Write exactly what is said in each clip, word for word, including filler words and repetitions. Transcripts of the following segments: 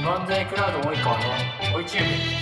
マンゼイクラウド及川の追いチュー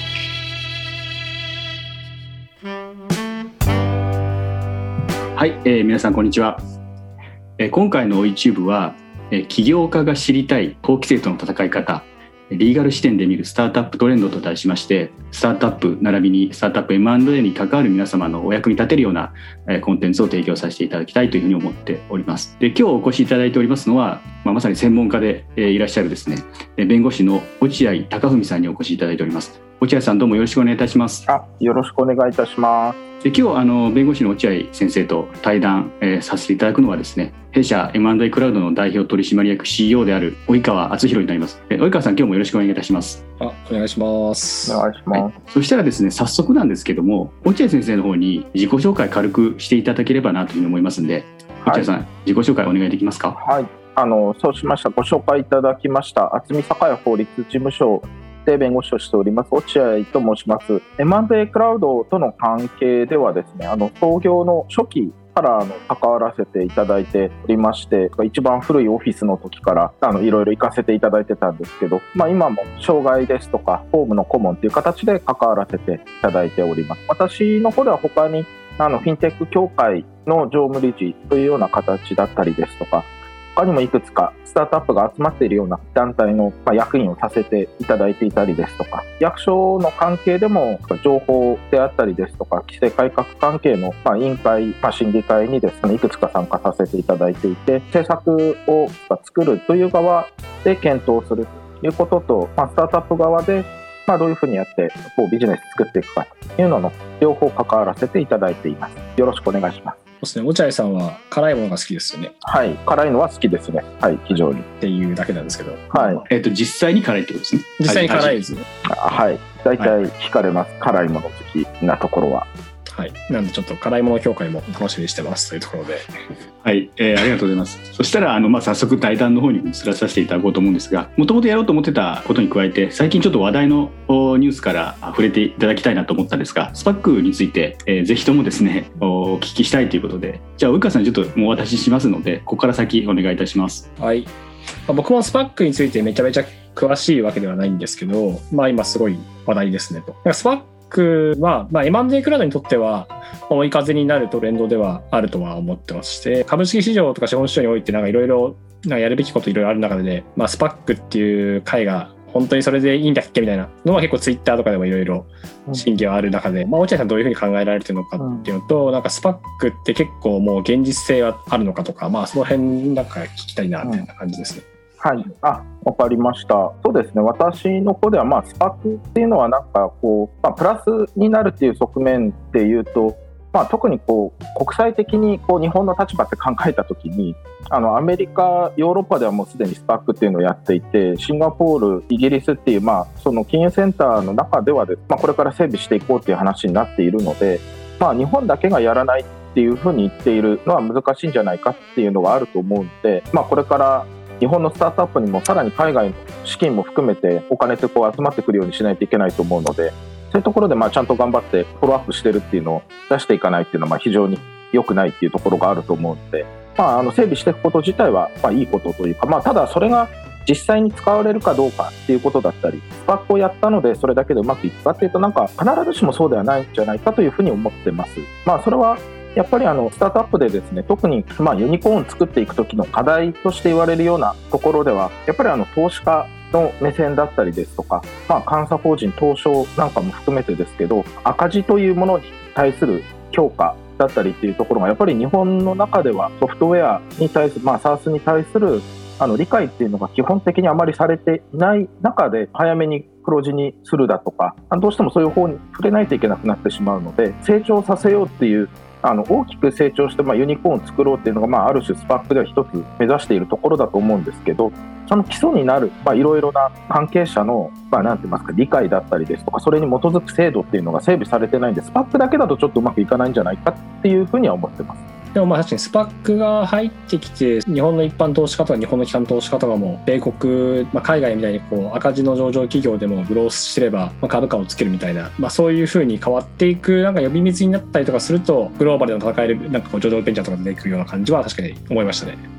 ブ。 はい、えー、皆さんこんにちは。えー、今回の追いチューブは、えー、起業家が知りたい法規制との戦い方、リーガル視点で見るスタートアップトレンドと題しまして、スタートアップ並びにスタートアップ エムアンドエー に関わる皆様のお役に立てるようなコンテンツを提供させていただきたいというふうに思っております。で、今日お越しいただいておりますのは、まあ、まさに専門家でいらっしゃるですね、弁護士の落合貴文さんにお越しいただいております。落合さん、どうもよろしくお願いいたします。 あ、よろしくお願いいたします。 で、今日あの弁護士の落合先生と対談、えー、させていただくのはですね、弊社 エムアンドエー クラウドの代表取締役 シーイーオー である及川敦弘になります。えー、及川さん、今日もよろしくお願いいたします。 あ、お願いします。 お願いします、はい、 そしたらですね、早速なんですけども、落合先生の方に自己紹介軽くしていただければなというふうに思いますので、落合さん、はい、自己紹介お願いできますか。 はい、あのそうしましたご紹介いただきました渥美栄法律事務所で弁護士をしております落合と申します。 エムアンドエー クラウドとの関係ではですね、あの創業の初期からあの関わらせていただいておりまして、一番古いオフィスの時からあのいろいろ行かせていただいてたんですけど、まあ、今も障害ですとか法務の顧問という形で関わらせていただいております。私の方では他にあのフィンテック協会の常務理事というような形だったりですとか、他にもいくつかスタートアップが集まっているような団体の役員をさせていただいていたりですとか、役所の関係でも情報であったりですとか規制改革関係の委員会、審議会にですね、いくつか参加させていただいていて、政策を作るという側で検討するということと、スタートアップ側でまあどういうふうにやってこうビジネス作っていくかというのの両方関わらせていただいています。よろしくお願いします。 そうですね、落合さんは辛いものが好きですよね。 はい、辛いのは好きですね。はい、非常にっていうだけなんですけど、 はい、 えー、と実際に辛いってことですね。 実際に辛いですね。 はい、大体惹かれます、はい、辛いもの好きなところは。 はい、なんでちょっと辛いもの協会も楽しみにしてますというところで、 はい、えー、ありがとうございます。そしたらあの、まあ、早速対談の方に移らさせていただこうと思うんですが、もともとやろうと思ってたことに加えて、最近ちょっと話題のニュースから触れていただきたいなと思ったんですが、スパックについて、えー、ぜひともですねお聞きしたいということで、じゃあ及川さん、ちょっともうお渡ししますので、ここから先お願いいたします。 はい、まあ、僕もスパックについてめちゃめちゃ詳しいわけではないんですけど、まあ、今すごい話題ですねと。スパックは、まあ、エムアンドエー クラウドにとっては追い風になるトレンドではあるとは思ってまして、株式市場とか資本市場においてなんかいろいろやるべきこといろいろある中で、まあ、スパックっていう会が本当にそれでいいんだっけみたいなのは結構ツイッターとかでもいろいろ審議はある中で、まあ、落合さんどういうふうに考えられてるのかっていうのと、なんかスパックって結構もう現実性はあるのかとか、まあ、その辺なんか聞きたいなみたいな感じですね。 はい、あ、わかりました。そうですね、私の方ではまあスパックっていうのはなんかこう、まあ、プラスになるっていう側面っていうと、まあ、特にこう国際的にこう日本の立場って考えたときに、あのアメリカ、ヨーロッパではもうすでにスパックっていうのをやっていて、シンガポール、イギリスっていう、まあ、その金融センターの中ではです、まあ、これから整備していこうっていう話になっているので、まあ、日本だけがやらないっていうふうに言っているのは難しいんじゃないかっていうのがあると思うので、まあ、これから日本のスタートアップにもさらに海外の資金も含めてお金ってこう集まってくるようにしないといけないと思うので、そういうところでまあちゃんと頑張ってフォローアップしてるっていうのを出していかないっていうのはまあ非常に良くないっていうところがあると思うので、まあ、あの整備していくこと自体はまあいいことというか、まあ、ただそれが実際に使われるかどうかっていうことだったり、スパックをやったのでそれだけでうまくいくかっていうと、なんか必ずしもそうではないんじゃないかというふうに思ってます。まあ、それはやっぱりあのスタートアップでですね、特にまあユニコーンを作っていく時の課題として言われるようなところでは、やっぱりあの投資家の目線だったりですとか、まあ、監査法人東証なんかも含めてですけど、赤字というものに対する評価だったりっていうところがやっぱり日本の中ではソフトウェアに対する、まあ、サース に対するあの理解っていうのが基本的にあまりされていない中で、早めに黒字にするだとか、どうしてもそういう方に触れないといけなくなってしまうので、成長させようっていう、あの大きく成長して、まあ、ユニコーンを作ろうっていうのが、まあ、ある種スパックでは一つ目指しているところだと思うんですけど、その基礎になるいろいろな関係者の、まあ、なんて言いますか、理解だったりですとか、それに基づく制度っていうのが整備されてないんで、スパックだけだとちょっとうまくいかないんじゃないかっていうふうには思ってます。 でもまあ確かにスパックが入ってきて、日本の一般投資家とか日本の機関投資家とかも米国、まあ、海外みたいにこう赤字の上場企業でもグロースしてればまあ株価をつけるみたいな、まあ、そういう風に変わっていくなんか呼び水になったりとかすると、グローバルでも戦えるなんかこう上場ベンチャーとか出てくるような感じは確かに思いましたね。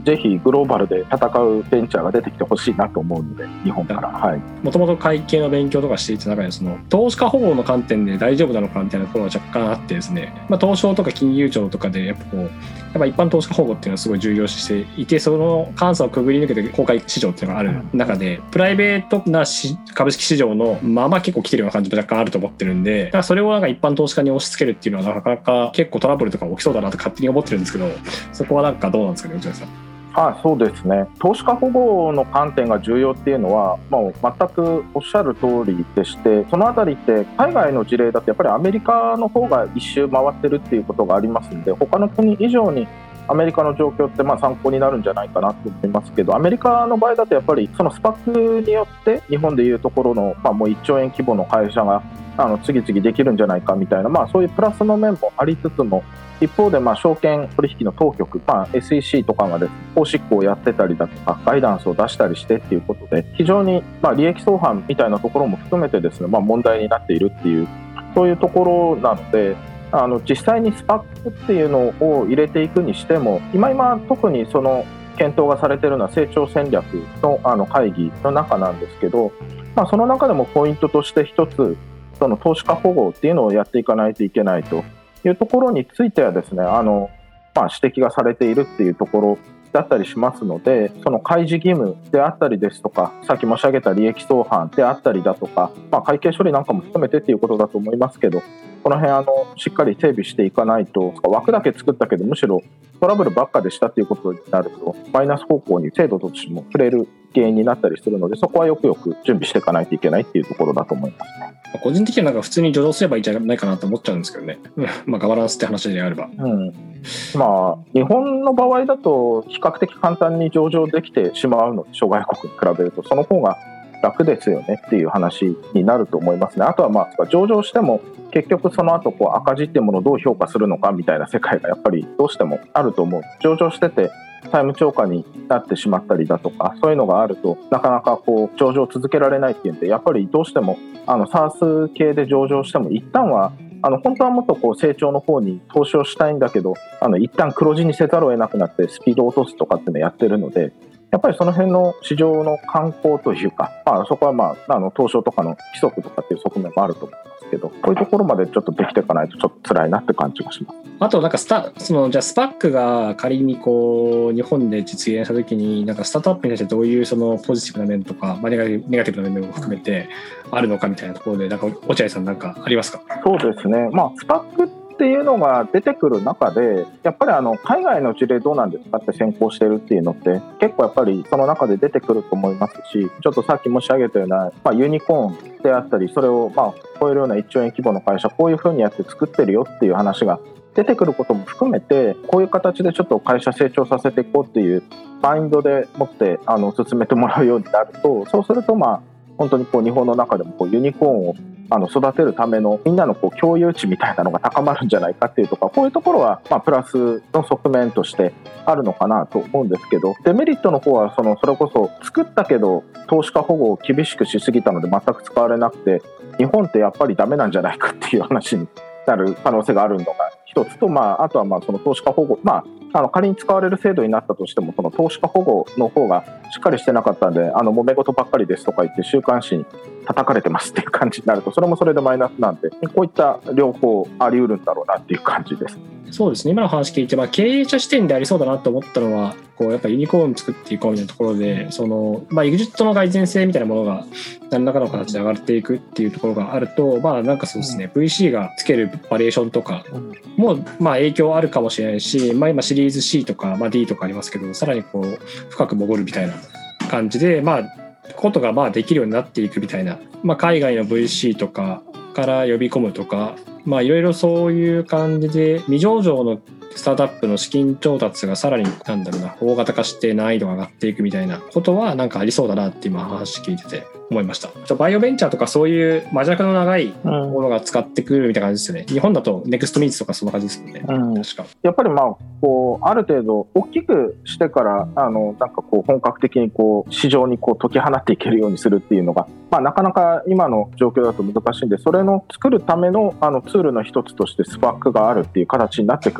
ぜひグローバルで戦うベンチャーが出てきてほしいなと思うので、日本から。はい。 もともと会計の勉強とかしていた中で、その投資家保護の観点で大丈夫なのかみたいなところが若干あってですね、まあ、東証とか金融庁とかでやっぱこうやっぱ一般投資家保護っていうのはすごい重要視していて、その監査をくぐり抜けて公開市場っていうのがある中で、プライベートな株式市場のまあまあ結構来てるような感じも若干あると思ってるんで、だからそれをなんか一般投資家に押し付けるっていうのはなかなか結構トラブルとか起きそうだなと勝手に思ってるんですけど、そこはなんかどうなんですかね、内田さん。 あそうですね、投資家保護の観点が重要っていうのは、まあ、全くおっしゃる通りでして、そのあたりって海外の事例だとやっぱりアメリカの方が一周回ってるっていうことがありますので、他の国以上にアメリカの状況ってまあ参考になるんじゃないかなと思いますけど、アメリカの場合だとやっぱりそのスパックによって日本でいうところの、まあ、もういっちょうえん規模の会社があの次々できるんじゃないかみたいな、まあ、そういうプラスの面もありつつも、一方でまあ証券取引の当局、まあ、エスイーシー とかがですね、法執行をやってたりだとかガイダンスを出したりしてっていうことで、非常にまあ利益相反みたいなところも含めてですね、まあ、問題になっているっていう、そういうところなので、あの実際にスパックっていうのを入れていくにしても、今今特にその検討がされているのは成長戦略 の, あの会議の中なんですけど、まあ、その中でもポイントとして一つ、その投資家保護っていうのをやっていかないといけないというところについてはですね、あの、まあ、指摘がされているっていうところだったりしますので、その開示義務であったりですとか、さっき申し上げた利益相反であったりだとか、まあ、会計処理なんかも含めてっていうことだと思いますけど、この辺あのしっかり整備していかないと、枠だけ作ったけどむしろトラブルばっかでしたっていうことになると、マイナス方向に制度としても触れる原因になったりするので、そこはよくよく準備していかないといけないっていうところだと思いますね。 個人的にはなんか普通に助動すればいいんじゃないかなと思っちゃうんですけどね。まあガバナンスって話であれば、 うん、まあ日本の場合だと比較的簡単に上場できてしまうので、諸外国に比べるとその方が楽ですよねっていう話になると思いますね。あとはまあ上場しても結局その後こう赤字っていうものをどう評価するのかみたいな世界がやっぱりどうしてもあると思う。上場してて債務超過になってしまったりだとか、そういうのがあるとなかなかこう上場を続けられないっていうんで、やっぱりどうしてもあの SaaS 系で上場しても一旦はあの本当はもっとこう成長の方に投資をしたいんだけど、あの一旦黒字にせざるを得なくなってスピードを落とすとかっていうのをやってるので、やっぱりその辺の市場の慣行というか、まあ、そこは、まあ、あの東証とかの規則とかっていう側面もあると思いますけど、こういうところまでちょっとできていかないとちょっと辛いなって感じがします。 あとなんかスタそのじゃあスパックが仮にこう日本で実現したときに、なんかスタートアップに対してどういうそのポジティブな面とか、まあ、ネガティブな面も含めてあるのかみたいなところで、なんか落合さんなんかありますか？ そうですね、まあ、スパックっていうのが出てくる中で、やっぱりあの海外の事例どうなんですかって先行してるっていうのって結構やっぱりその中で出てくると思いますし、ちょっとさっき申し上げたような、まあ、ユニコーンであったり、それをまあ超えるようないっちょうえん規模の会社、こういうふうにやって作ってるよっていう話が出てくることも含めて、こういう形でちょっと会社成長させていこうっていうマインドでもってあの進めてもらうようになると、そうするとまあ本当にこう日本の中でもこうユニコーンをあの育てるためのみんなのこう共有値みたいなのが高まるんじゃないかっていうとか、こういうところはまあプラスの側面としてあるのかなと思うんですけど、デメリットの方はそのそれこそ作ったけど投資家保護を厳しくしすぎたので全く使われなくて、日本ってやっぱりダメなんじゃないかっていう話になる可能性があるのが一つと、まあ、あとはまあその投資家保護、まあ、あの仮に使われる制度になったとしても、その投資家保護の方がしっかりしてなかったんで、あの揉め事ばっかりですとか言って週刊誌に叩かれてますっていう感じになると、それもそれでマイナスなんで、こういった両方あり得るんだろうなっていう感じです。 そうですね、今の話聞いて、まあ、経営者視点でありそうだなと思ったのは、こうやっぱユニコーン作っていこうみたいなところで、その、まあ、エグジットの蓋然性みたいなものが何らかの形で上がっていくっていうところがあると、まあなんかそうですね、うん、ブイシー がつけるバリエーションとかも、まあ影響あるかもしれないし、まあ今シリーズ C とか、まあ、ディー とかありますけど、さらにこう深く潜るみたいな感じで、まあことがまあできるようになっていくみたいな、まあ海外の ブイシー とかから呼び込むとか、まあいろいろそういう感じで未上場のスタートアップの資金調達がさらになんだろうな大型化して難易度が上がっていくみたいなことはなんかありそうだなって今話聞いてて思いました。バイオベンチャーとかそういう魔弱の長いものが使ってくるみたいな感じですよね、うん、日本だとネクストミーツとかそんな感じですもんね、うん、確かやっぱりまあこうある程度大きくしてからあのなんかこう本格的にこう市場にこう解き放っていけるようにするっていうのが、まあ、なかなか今の状況だと難しいんで、それの作るためのあのツールの一つとしてスパックがあるっていう形になってくると思う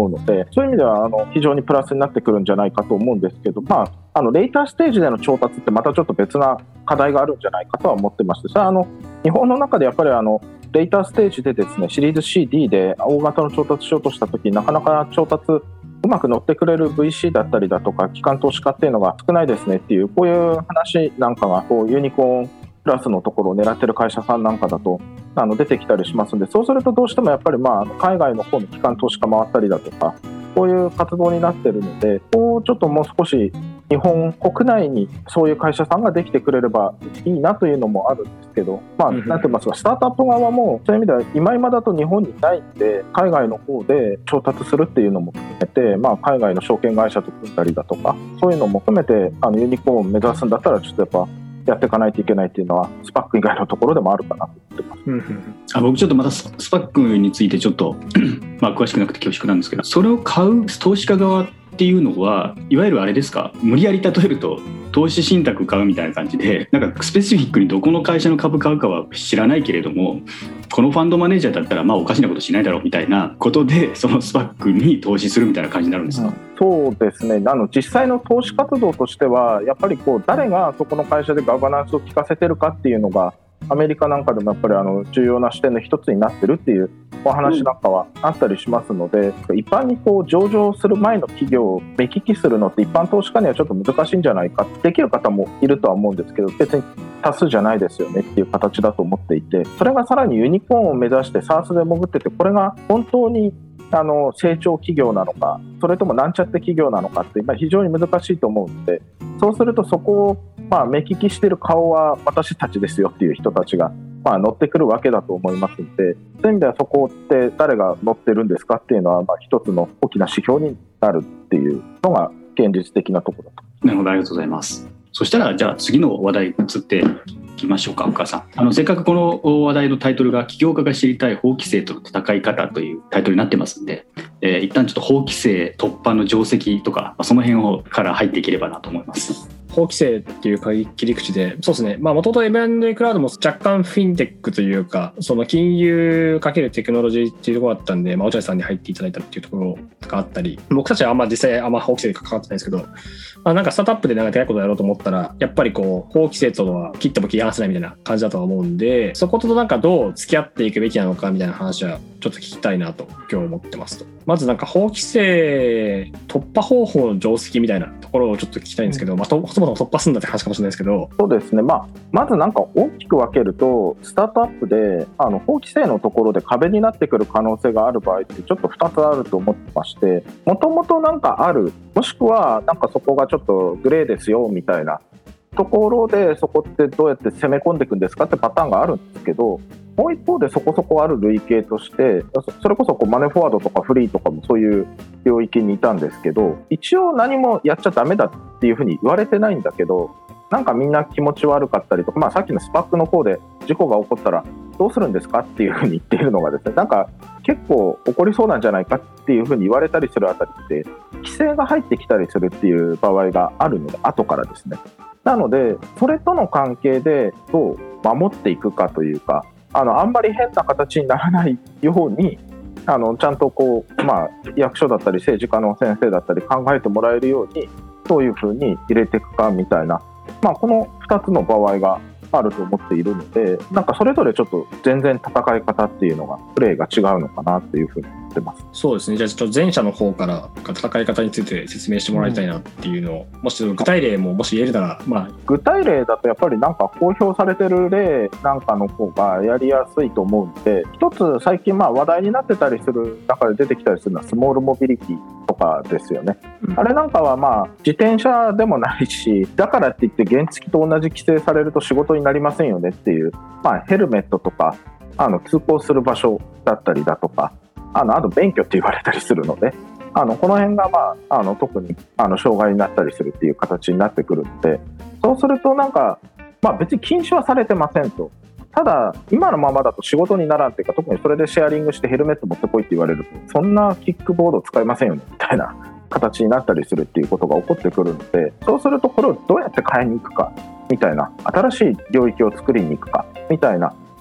思うので、そういう意味ではあの非常にプラスになってくるんじゃないかと思うんですけど、まあ、あのレーターステージでの調達ってまたちょっと別な課題があるんじゃないかとは思ってまして、それはあの日本の中でやっぱりあのレーターステージでですね、シリーズ シーディー で大型の調達しようとしたときになかなか調達うまく乗ってくれる ブイシー だったりだとか機関投資家っていうのが少ないですねっていう、こういう話なんかがこうユニコーンプラスのところを狙ってる会社さんなんかだとあの出てきたりしますんで、そうするとどうしてもやっぱりまあ海外の方の機関投資家回ったりだとか、こういう活動になってるので、こうちょっともう少し日本国内にそういう会社さんができてくれればいいなというのもあるんですけど、まあ、なんて言いますか、スタートアップ側もそういう意味では今今だと日本にないんで、海外の方で調達するっていうのも含めて、まあ、海外の証券会社と組んだりだとか、そういうのも含めてあのユニコーンを目指すんだったらちょっとやっぱやっていかないといけないっていうのはスパック以外のところでもあるかなと思ってます。 うんうん、 あ僕ちょっとまたスパックについてちょっとまあ詳しくなくて恐縮なんですけど、それを買う投資家側っていうのはいわゆるあれですか、無理やり例えると投資信託買うみたいな感じで、なんかスペシフィックにどこの会社の株買うかは知らないけれども、このファンドマネージャーだったらまあおかしなことしないだろうみたいなことでそのスパックに投資するみたいな感じになるんですか？ うん、そうですね、あの実際の投資活動としてはやっぱりこう誰がそこの会社でガバナンスを効かせてるかっていうのがアメリカなんかでもやっぱりあの重要な視点の一つになってるっていうお話なんかはあったりしますので、うん、一般にこう上場する前の企業を目利きするのって一般投資家にはちょっと難しいんじゃないか、できる方もいるとは思うんですけど、別に多数じゃないですよねっていう形だと思っていて、それがさらにユニコーンを目指して サース で潜ってて、これが本当にあの成長企業なのか、それともなんちゃって企業なのかって今非常に難しいと思うので、そうするとそこをまあ目利きしている顔は私たちですよっていう人たちがまあ乗ってくるわけだと思いますので、そういう意味ではそこって誰が乗ってるんですかっていうのはまあ一つの大きな指標になるっていうのが現実的なところだと。 なるほど、ありがとうございます。そしたらじゃあ次の話題に移っていきましょうか。岡さん、あのせっかくこの話題のタイトルが起業家が知りたい法規制との戦い方というタイトルになってますんで、えー、一旦ちょっと法規制突破の定石とか、まあ、その辺をから入っていければなと思います。 法規制っていう切り口で、そうですね、まあ元々 エムアンドエー クラウドも若干フィンテックというか、その金融かけるテクノロジーっていうところだったんで、まあ、落合さんに入っていただいたっていうところがあったり、僕たちはあんま実際あんま法規制に関わってないんですけど、まあ、なんかスタートアップでなんかでかいことをやろうと思ったら、やっぱりこう法規制とは切っても切り離せないみたいな感じだとは思うんで、そことなんかどう付き合っていくべきなのかみたいな話はちょっと聞きたいなと今日思ってますと。まずなんか法規制突破方法の定石みたいなところをちょっと聞きたいんですけど、まあ、そもそも突破するんだって話かもしれないですけど。 そうですね、まあ、まずなんか大きく分けると、スタートアップであの法規制のところで壁になってくる可能性がある場合ってちょっとふたつあると思ってまして、もともとなんかある、もしくはなんかそこがちょっとグレーですよみたいなところで、そこってどうやって攻め込んでいくんですかってパターンがあるんですけど、もう一方でそこそこある類型として、それこそこうマネーフォワードとかフリーとかもそういう領域にいたんですけど、一応何もやっちゃダメだっていうふうに言われてないんだけど、なんかみんな気持ち悪かったりとか、まあ、さっきのスパックの方で事故が起こったらどうするんですかっていうふうに言っているのがですね、なんか結構起こりそうなんじゃないかっていうふうに言われたりするあたりって規制が入ってきたりするっていう場合があるので、後からですね。なのでそれとの関係でどう守っていくかというか、あのあんまり変な形にならないようにあのちゃんとこう、まあ、役所だったり政治家の先生だったり考えてもらえるようにどういうふうに入れていくかみたいな、まあ、このふたつの場合があると思っているので、なんかそれぞれちょっと全然戦い方っていうのがプレーが違うのかなっていうふうに思ってます。 そうですね、じゃあちょっと前者の方から戦い方について説明してもらいたいなっていうのを、うん、もし具体例ももし言えるなら、まあ、 具体例だとやっぱりなんか公表されてる例なんかの方がやりやすいと思うので、一つ最近まあ話題になってたりする中で出てきたりするのはスモールモビリティとかですよね、うん、あれなんかはまあ自転車でもないし、だからって言って原付と同じ規制されると仕事になりませんよねっていう、まあ、ヘルメットとかあの通行する場所だったりだとか、あのあと免許って言われたりするので、あのこの辺が、まあ、あの特にあの障害になったりするっていう形になってくるので、そうするとなんか、まあ、別に禁止はされてませんと。ただ今のままだと仕事にならんっていうか、特にそれでシェアリングしてヘルメット持ってこいって言われると、そんなキックボード使いませんよねみたいな形になったりするっていうことが起こってくるので、そうするとこれをどうやって変えに行くかみたいな、新しい領域を作りに行くかみたいな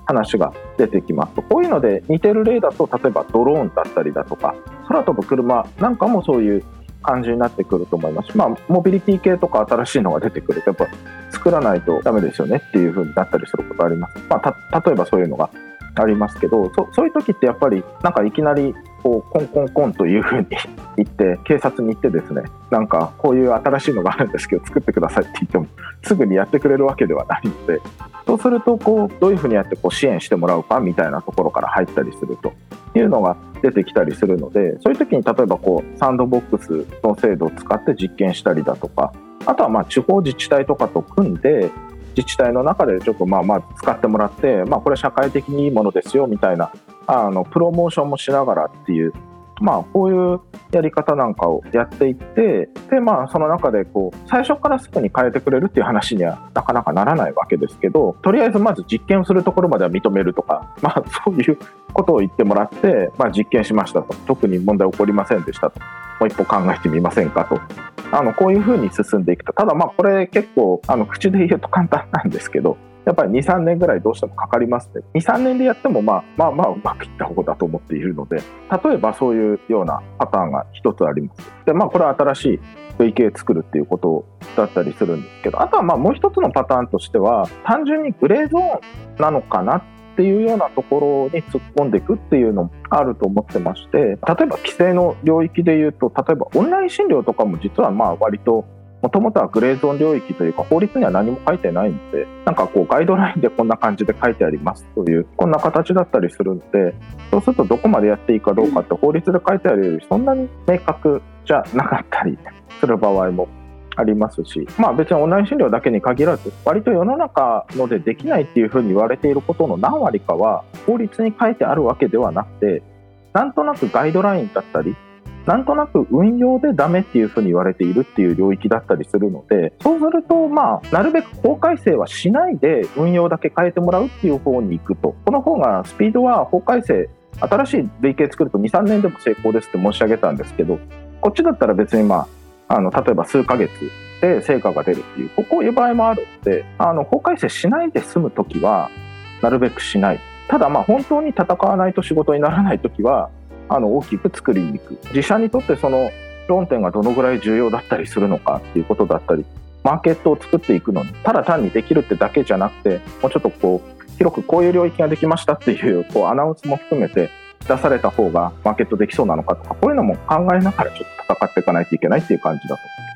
話が出てきますと、こういうので似てる例だと、例えばドローンだったりだとか空飛ぶ車なんかもそういう感じになってくると思いますし、まあ、モビリティ系とか新しいのが出てくるとやっぱ作らないとダメですよねっていう風になったりすることあります。まあ、た例えばそういうのがありますけど、 そ, そういう時ってやっぱりなんかいきなりこうコンコンコンという風に言って警察に行ってですね、なんかこういう新しいのがあるんですけど作ってくださいって言ってもすぐにやってくれるわけではないので、そうするとこうどういう風にやってこう支援してもらうかみたいなところから入ったりするというのが出てきたりするので、そういう時に例えばこうサンドボックスの制度を使って実験したりだとか、あとはまあ地方自治体とかと組んで自治体の中でちょっとまあまあ使ってもらって、まあ、これ社会的にいいものですよみたいなあのプロモーションもしながらっていう、まあ、こういうやり方なんかをやっていって、で、まあ、その中でこう最初からすぐに変えてくれるっていう話にはなかなかならないわけですけど、とりあえずまず実験をするところまでは認めるとか、まあ、そういうことを言ってもらって、まあ、実験しましたと、特に問題起こりませんでしたと、もう一歩考えてみませんかと、あのこういうふうに進んでいくと、ただまあこれ結構あの口で言うと簡単なんですけど、やっぱり にさんねんぐらいどうしてもかかりますね。にさんねんでやってもまあまあまあうまくいった方だと思っているので、例えばそういうようなパターンが一つあります。で、まあこれは新しい類型作るっていうことだったりするんですけど、あとはまあもう一つのパターンとしては、単純にグレーゾーンなのかなっていうようなところに突っ込んでいくっていうのもあると思ってまして、例えば規制の領域でいうと、例えばオンライン診療とかも実はまあ割ともともとはグレーゾーン領域というか法律には何も書いてないので、なんかこうガイドラインでこんな感じで書いてありますというこんな形だったりするので、そうするとどこまでやっていいかどうかって法律で書いてあるよりそんなに明確じゃなかったりする場合もありますし、まあ別にオンライン診療だけに限らず、割と世の中のでできないっていうふうに言われていることの何割かは法律に書いてあるわけではなくて、なんとなくガイドラインだったり、なんとなく運用でダメっていうふうに言われているっていう領域だったりするので、そうするとまあなるべく法改正はしないで運用だけ変えてもらうっていう方に行くと、この方がスピードは法改正新しい類型作ると にさんねんでも成功ですって申し上げたんですけど、こっちだったら別にまああの例えば数ヶ月で成果が出るっていう、こういう場合もあるので、あの法改正しないで済むときはなるべくしない。ただまあ本当に戦わないと仕事にならないときはあの大きく作りに行く。自社にとってその論点がどのぐらい重要だったりするのかっていうことだったり、マーケットを作っていくのにただ単にできるってだけじゃなくて、もうちょっとこう広くこういう領域ができましたっていう、こうアナウンスも含めて出された方がマーケットできそうなのかとか、こういうのも考えながらちょっと戦っていかないといけないっていう感じだと思います。